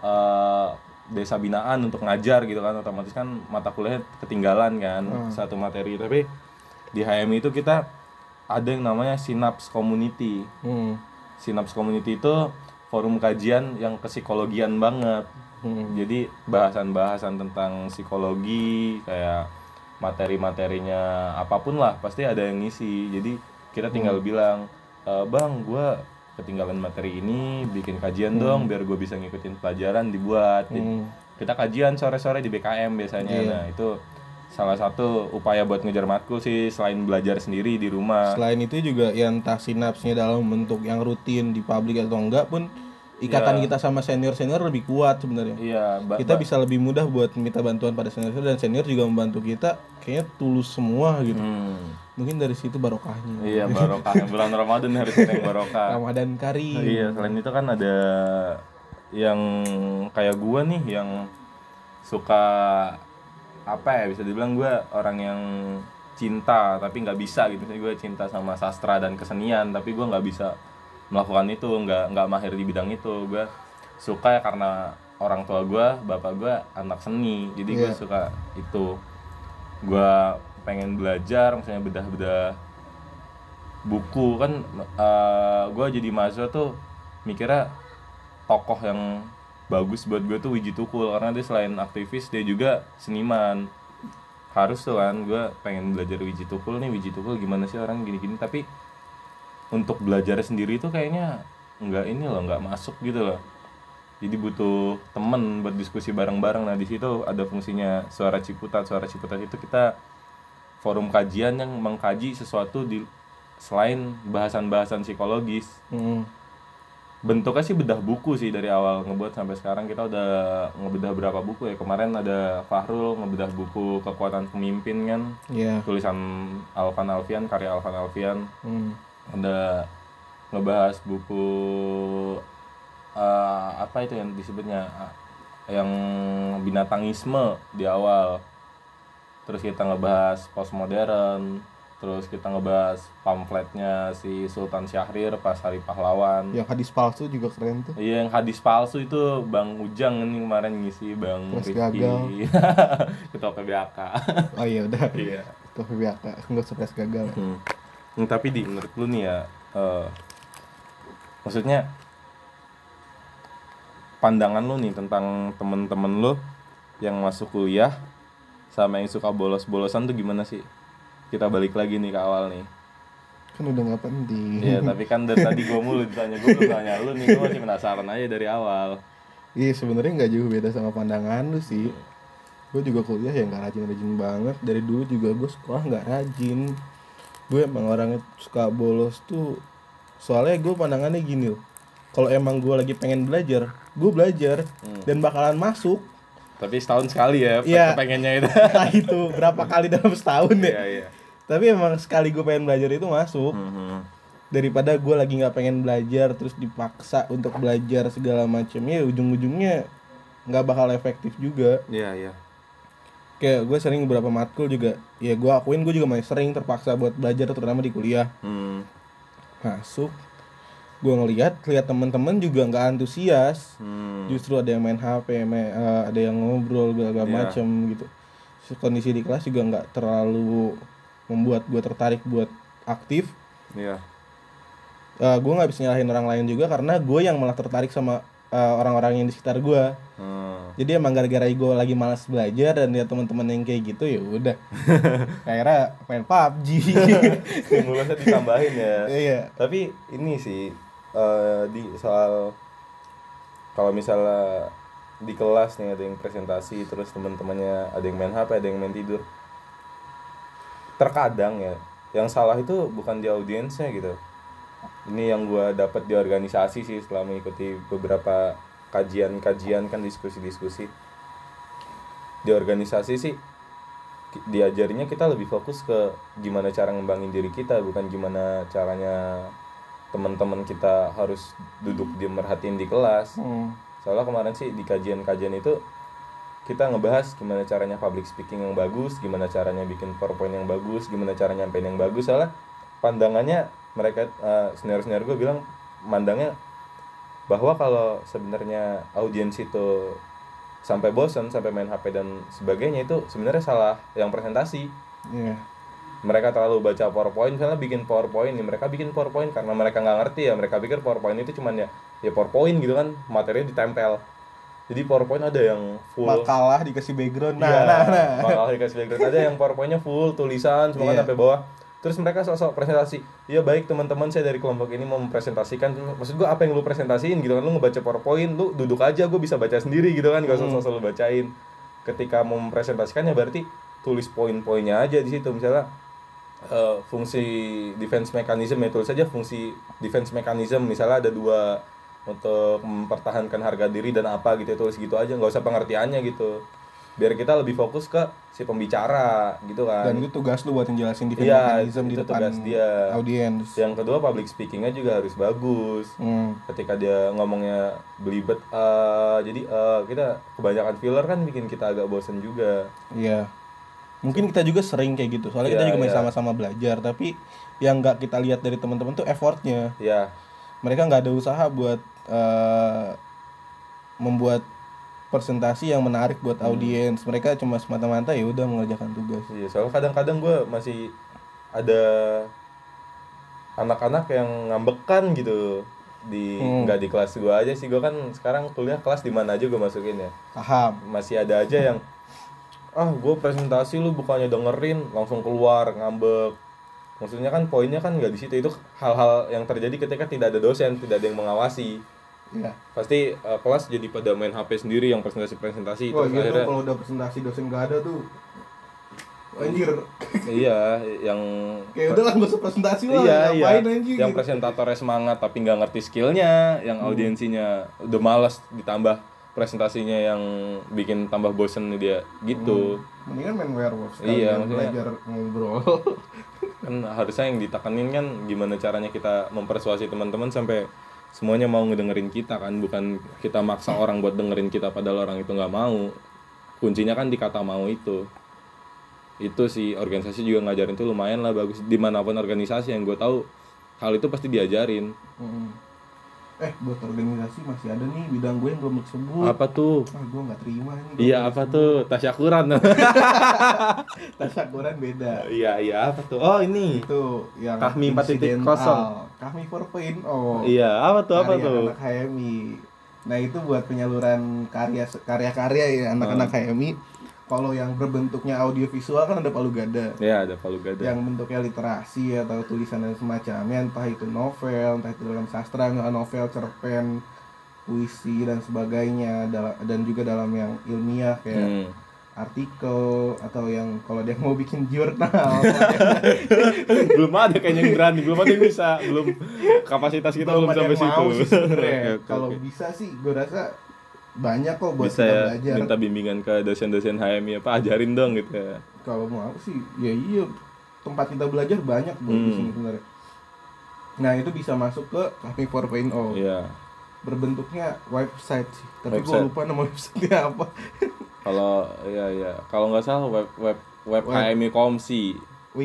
desa binaan untuk ngajar gitu kan, otomatis kan mata kuliahnya ketinggalan kan satu materi. Tapi di HMI itu kita ada yang namanya Synapse Community. Synapse Community itu forum kajian yang psikologian banget. Jadi bahasan-bahasan tentang psikologi kayak materi-materinya apapun lah pasti ada yang ngisi. Jadi kita tinggal bilang, bang gue ketinggalan materi ini, bikin kajian dong biar gue bisa ngikutin pelajaran, dibuat. Jadi, kita kajian sore-sore di BKM biasanya. Nah itu salah satu upaya buat ngejar matkul sih selain belajar sendiri di rumah. Selain itu juga ya entah sinapsnya dalam bentuk yang rutin di publik atau enggak pun ikatan kita sama senior-senior lebih kuat sebenarnya. Iya, kita bisa lebih mudah buat minta bantuan pada senior dan senior juga membantu kita kayaknya tulus semua gitu. Mungkin dari situ barokahnya. Iya, barokah. Bulan Ramadan harus kita yang barokah. Ramadan Karim. Iya, selain itu kan ada yang kayak gua nih yang suka apa ya, bisa dibilang gua orang yang cinta tapi nggak bisa gitu. Misalnya gue cinta sama sastra dan kesenian tapi gue nggak bisa melakukan itu, nggak mahir di bidang itu. Gue suka ya karena orang tua gue, bapak gue anak seni, jadi gue suka itu. Gue pengen belajar misalnya bedah-bedah buku kan. Gue jadi mahasiswa tuh mikirnya tokoh yang bagus buat gue tuh Wiji Tukul, karena dia selain aktivis dia juga seniman. Harus tuh kan, gue pengen belajar Wiji Tukul gimana sih orang gini-gini, tapi untuk belajar sendiri itu kayaknya nggak masuk gitu loh. Jadi butuh temen buat diskusi bareng-bareng. Nah di situ ada fungsinya Suara Ciputat. Suara Ciputat itu kita forum kajian yang mengkaji sesuatu di selain bahasan-bahasan psikologis. Bentuknya sih bedah buku sih, dari awal ngebuat sampai sekarang kita udah ngebedah berapa buku ya. Kemarin ada Fahrul ngebedah buku Kekuatan Pemimpin kan, tulisan Alvan Alfian, karya Alvan Alfian. Ada ngebahas buku apa itu yang disebutnya yang binatangisme di awal. Terus kita ngebahas postmodern. Terus kita ngebahas pamfletnya si Sultan Syahrir pas Hari Pahlawan. Yang hadis palsu juga keren tuh. Iya, yang hadis palsu itu Bang Ujang ini kemarin ngisi, Bang Rifki. Ketua PBAK. Oh iya udah. Iya. Ketua PBAK, enggak surprise gagal. Tapi menurut lu nih ya, maksudnya pandangan lu nih tentang temen-temen lu yang masuk kuliah sama yang suka bolos-bolosan tuh gimana sih? Kita balik lagi nih ke awal nih. Kan udah gak penting. Iya, tapi kan dari tadi gue mulu ditanya, gue belum tanya lu nih, gue masih penasaran aja dari awal. Iya, sebenarnya nggak jauh beda sama pandangan lu sih. Gue juga kuliah ya nggak rajin-rajin banget. Dari dulu juga gue sekolah nggak rajin. Gue emang orangnya suka bolos tuh. Soalnya gue pandangannya gini loh. Kalau emang gue lagi pengen belajar, gue belajar dan bakalan masuk. Tapi setahun sekali ya, pengennya itu. Nah itu berapa kali dalam setahun ya. Iya. Tapi emang sekali gue pengen belajar itu masuk. Daripada gue lagi nggak pengen belajar terus dipaksa untuk belajar segala macam, ya ujung-ujungnya nggak bakal efektif juga. Iya. kayak gue sering beberapa matkul juga, ya gue akuin gue juga masih sering terpaksa buat belajar terutama di kuliah. Masuk gue lihat teman-teman juga nggak antusias, justru ada yang main HP, ada yang ngobrol segala macem gitu. Kondisi di kelas juga nggak terlalu membuat gue tertarik buat aktif. Gue nggak bisa nyalahin orang lain juga karena gue yang malah tertarik sama orang-orang yang di sekitar gue. Jadi emang gara-gara gue lagi malas belajar dan lihat teman-teman yang kayak gitu, ya udah akhirnya main PUBG. Stimulusnya ditambahin ya. Iya. Tapi ini sih di soal kalau misalnya di kelas nih ada yang presentasi terus teman-temannya ada yang main HP, ada yang main tidur. Terkadang ya yang salah itu bukan di audiensnya gitu. Ini yang gue dapat di organisasi sih setelah mengikuti beberapa kajian-kajian kan, diskusi-diskusi di organisasi sih diajarinya kita lebih fokus ke gimana cara ngembangin diri kita, bukan gimana caranya teman-teman kita harus duduk diam merhatiin di kelas. Soalnya kemarin sih di kajian-kajian itu kita ngebahas gimana caranya public speaking yang bagus, gimana caranya bikin PowerPoint yang bagus, gimana cara nyampein yang bagus. Soalnya pandangannya mereka senior-senior gue bilang mandangnya bahwa kalau sebenarnya audiens itu sampai bosan, sampai main HP dan sebagainya, itu sebenarnya salah yang presentasi. Mereka terlalu baca PowerPoint, misalnya bikin PowerPoint nih, mereka bikin PowerPoint karena mereka nggak ngerti ya, mereka pikir PowerPoint itu cuman ya PowerPoint gitu kan, materinya ditempel. Jadi PowerPoint ada yang full makalah dikasih background, makalah dikasih background, ada yang PowerPointnya full tulisan semua kan sampai bawah. Terus mereka sok-sok presentasi. Ya baik teman-teman, saya dari kelompok ini mau mempresentasikan. Maksud gue apa yang lu presentasiin gitu kan, lu ngebaca PowerPoint, lu duduk aja, gue bisa baca sendiri gitu kan, gak sok-sok lu bacain. Ketika mau mempresentasikan ya berarti tulis poin-poinnya aja di situ. Misalnya fungsi defense mechanism ya, tulis saja fungsi defense mechanism, misalnya ada 2 untuk mempertahankan harga diri dan apa gitu, tulis gitu aja, nggak usah pengertiannya gitu, biar kita lebih fokus ke si pembicara gitu kan. Dan itu tugas lu buat ngejelasin defense mechanism di depan audiens. Yang kedua public speakingnya juga harus bagus. Ketika dia ngomongnya belibet jadi kita kebanyakan filler kan bikin kita agak bosen juga. Iya. Mungkin kita juga sering kayak gitu, soalnya kita juga masih sama-sama belajar, tapi yang nggak kita lihat dari teman-teman tuh effortnya. Mereka nggak ada usaha buat membuat presentasi yang menarik buat audiens. Mereka cuma semata-mata ya udah mengerjakan tugas. Iya, soalnya kadang-kadang gue masih ada anak-anak yang ngambekan gitu di nggak di kelas gue aja sih. Gue kan sekarang kuliah kelas di mana aja gue masukin ya. Paham. Masih ada aja yang gue presentasi lu bukannya dengerin langsung keluar ngambek. Maksudnya kan poinnya kan nggak di situ. Itu hal-hal yang terjadi ketika tidak ada dosen, tidak ada yang mengawasi. Pasti kelas jadi pada main HP sendiri yang presentasi. Wah, gitu akhirnya kalau udah presentasi dosen nggak ada tuh anjir. Iya, yang kayak udah lah nggak usah presentasi lah. Ngapain anjir? Yang presentatornya semangat tapi nggak ngerti skillnya, yang audiensinya udah malas ditambah presentasinya yang bikin tambah bosen dia gitu. Mendingan main werewolf sekali belajar ngobrol. Kan harusnya yang ditekanin kan gimana caranya kita mempersuasi teman-teman sampai semuanya mau ngedengerin kita kan, bukan kita maksa orang buat dengerin kita padahal orang itu nggak mau. Kuncinya kan di kata mau itu sih. Organisasi juga ngajarin tuh lumayan lah bagus, dimanapun organisasi yang gue tahu hal itu pasti diajarin. Buat organisasi masih ada nih bidang gue yang belum disebut. Apa tuh? Gue nggak terima ini. Iya apa tuh? Tasyakuran. Tasyakuran beda. Iya apa tuh? Oh ini. Itu yang Kahmi 4.0. Kahmi 4.0. Iya apa tuh? Anak HMI. Nah itu buat penyaluran karya-karya ya anak-anak HMI. Kalau yang berbentuknya audiovisual kan ada Palu Gada. Iya ada Palu Gada. Yang bentuknya literasi atau tulisan dan semacamnya, entah itu novel, entah itu dalam sastra, novel, cerpen, puisi dan sebagainya, dan juga dalam yang ilmiah kayak artikel atau yang kalau dia mau bikin jurnal. Belum ada kayaknya yang berani, belum ada yang bisa, belum kapasitas kita belum sampai situ. Kalau bisa sih gue rasa banyak kok buat bisa kita ya, belajar. minta bimbingan ke dosen-dosen HMI apa, ajarin dong gitu ya. Kalau mau sih ya iya, tempat kita belajar banyak buat di sini sebenarnya. Nah itu bisa masuk ke Kahmi 4.0. Iya. Berbentuknya website sih, tapi gue lupa nama websitenya apa. Kalau ya kalau nggak salah web HMI Komsi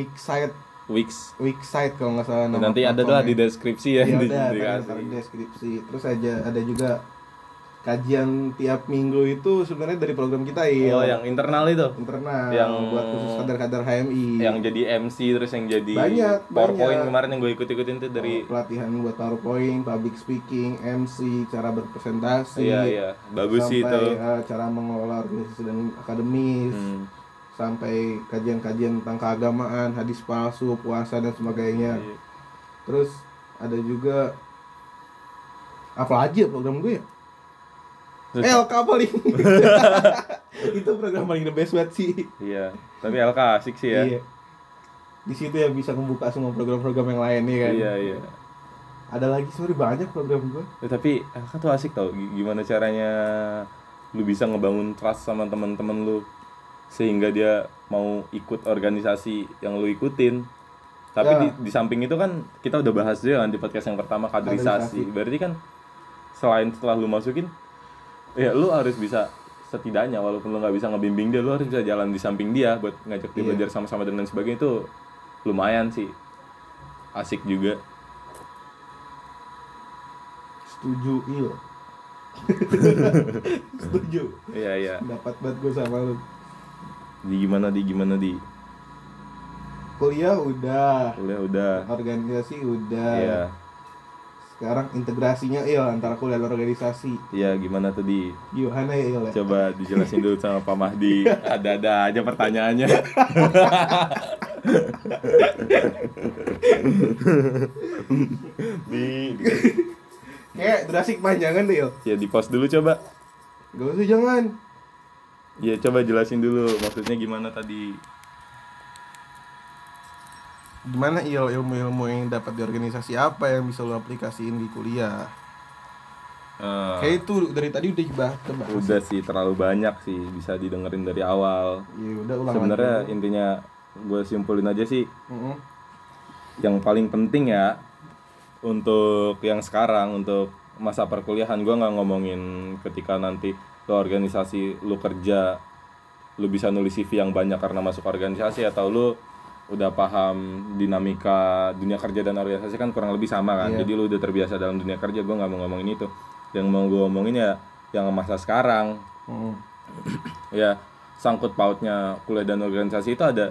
Wixsite kalau nggak salah nama nanti ada lah di platformnya. deskripsi ya, Iya di udah dikasih. taruh di deskripsi. Terus ada juga kajian tiap minggu itu sebenarnya dari program kita Oh, yang internal itu, internal yang buat khusus kader-kader HMI. yang jadi MC terus yang jadi Banyak, PowerPoint banyak. kemarin yang gue ikutin tuh dari pelatihan buat PowerPoint, public speaking, MC, cara berpresentasi. iya bagus sih itu. Sampai cara mengelola organisasi dan akademis. Sampai kajian-kajian tentang keagamaan, hadis palsu, puasa dan sebagainya. Iya. Terus ada juga apa aja program gue ya? LK paling. Itu program paling the best banget sih. Iya, tapi LK asik sih ya. Iya. Di situ ya bisa membuka semua program-program yang lain nih kan. Iya. Ada lagi sebenarnya banyak program gue. Tapi LK tuh asik tau, gimana caranya lu bisa ngebangun trust sama teman-teman lu sehingga dia mau ikut organisasi yang lu ikutin. Tapi Ya. di samping itu kan kita udah bahas juga kan di podcast yang pertama, kaderisasi. Berarti kan selain setelah lu masukin, ya lu harus bisa setidaknya walaupun lu nggak bisa ngebimbing dia, lu harus bisa jalan di samping dia buat ngajak dia belajar sama-sama dan lain sebagainya. Itu lumayan sih asik juga. Setuju, iya. Setuju. Iya. Dapat banget gue sama lu. Di gimana di Kuliah udah. Organisasi udah. Iya. Sekarang integrasinya antara kuliah dan organisasi. Iya, gimana tuh di? Gimana ya? Coba dijelasin dulu sama Pak Mahdi. Ada aja pertanyaannya. Kayak durasi kepanjangan deh, Il. Ya di pause dulu coba. Gak usah, jangan. Ya coba jelasin dulu maksudnya gimana tadi. Gimana ilmu-ilmu yang dapat di organisasi apa yang bisa lo aplikasiin di kuliah? Kayak itu dari tadi udah bahas. Udah sih terlalu banyak sih, bisa didengerin dari awal. Iya, udah ulang Sebenarnya lagi. intinya gue simpulin aja sih. Yang paling penting ya untuk yang sekarang, untuk masa perkuliahan, gue nggak ngomongin ketika nanti lo organisasi, lo kerja, lo bisa nulis CV yang banyak karena masuk organisasi, atau lo udah paham dinamika dunia kerja dan organisasi kan kurang lebih sama kan. Jadi lo udah terbiasa dalam dunia kerja. Gue nggak mau ngomongin itu. Yang mau gue omongin ya yang masa sekarang. Ya sangkut pautnya kuliah dan organisasi itu ada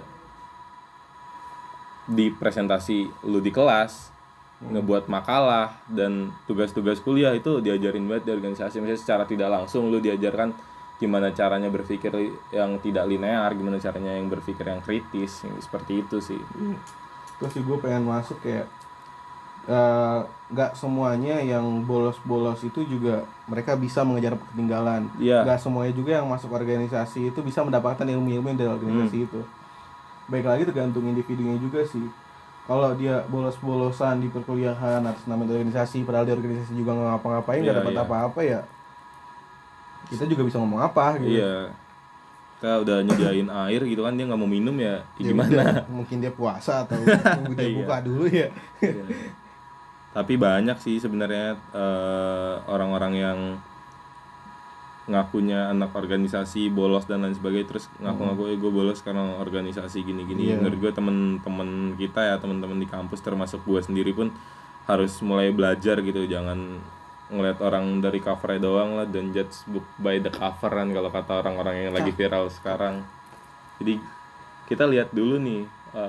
di presentasi lu di kelas, ngebuat makalah dan tugas-tugas kuliah itu diajarin banget di organisasi. Misalnya secara tidak langsung lu diajarkan gimana caranya berpikir yang tidak linear, gimana caranya yang berpikir yang kritis, seperti itu sih. Terus sih gue pengen masuk kayak nggak semuanya yang bolos-bolos itu juga mereka bisa mengejar ketinggalan. Nggak semuanya juga yang masuk organisasi itu bisa mendapatkan ilmu-ilmu yang dari organisasi itu. Baik lagi tergantung individunya juga sih. Kalau dia bolos-bolosan di perkuliahan atas nama organisasi, padahal di organisasi juga nggak ngapa-ngapain, nggak dapat apa-apa ya, kita juga bisa ngomong apa gitu. Iya. Kita udah nyediain air gitu kan, dia nggak mau minum ya gimana? Mungkin dia puasa atau tunggu dia buka dulu ya. Tapi banyak sih sebenarnya orang-orang yang ngakunya anak organisasi, bolos dan lain sebagainya, terus ngaku-ngaku gue bolos karena organisasi gini-gini. Menurut gue temen-temen kita ya, temen-temen di kampus termasuk gue sendiri pun harus mulai belajar gitu. Jangan ngeliat orang dari covernya doang lah, dan judge book by the cover kan kalau kata orang-orang yang lagi viral sekarang. Jadi kita lihat dulu nih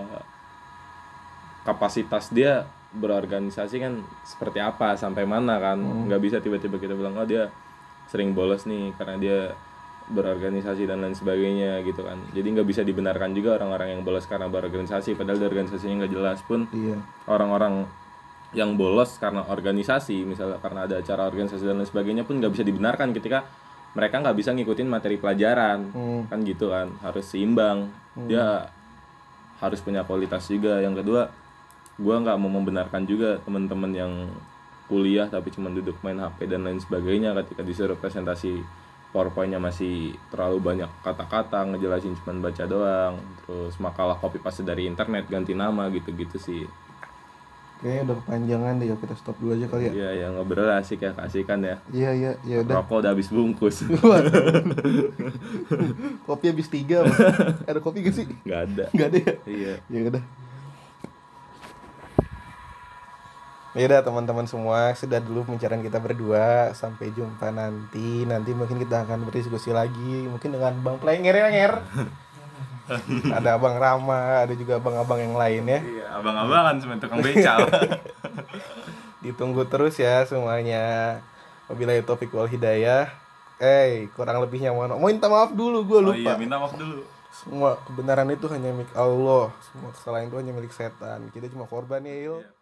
kapasitas dia berorganisasi kan seperti apa, sampai mana kan. Nggak bisa tiba-tiba kita bilang oh dia sering bolos nih karena dia berorganisasi dan lain sebagainya gitu kan. Jadi nggak bisa dibenarkan juga orang-orang yang bolos karena berorganisasi padahal di organisasinya nggak jelas pun. Orang-orang yang bolos karena organisasi, misalnya karena ada acara organisasi dan lain sebagainya pun nggak bisa dibenarkan ketika mereka nggak bisa ngikutin materi pelajaran. Kan gitu kan, harus seimbang. Dia harus punya kualitas juga. Yang kedua, gue nggak mau membenarkan juga teman-teman yang kuliah tapi cuma duduk main HP dan lain sebagainya ketika disuruh presentasi PowerPoint-nya masih terlalu banyak kata-kata, ngejelasin cuma baca doang, terus makalah copy paste dari internet, ganti nama gitu-gitu sih. Kayaknya udah kepanjangan deh, yuk kita stop dulu aja kali ya. Iya, ya ngobrol asik ya, kasihkan ya. Iya, ya udah. Rokok udah habis bungkus. Kopi habis 3. Ada kopi gak sih? Nggak ada. Nggak ada ya? Iya. Ya udah. Ya udah teman-teman semua, sudah dulu pembicaraan kita berdua. Sampai jumpa nanti. Nanti mungkin kita akan berdiskusi lagi, mungkin dengan Bang Plenger. Ada Abang Rama, ada juga abang-abang yang lain ya. Iya, abang-abangan cuma tukang becal. Ditunggu terus ya semuanya. Wabillahi taufiq wal hidayah. Kurang lebihnya mohon minta maaf dulu, gue lupa. Oh iya, minta maaf dulu. Semua kebenaran itu hanya milik Allah. Semua kesalahan itu hanya milik setan. Kita cuma korban ya, Il.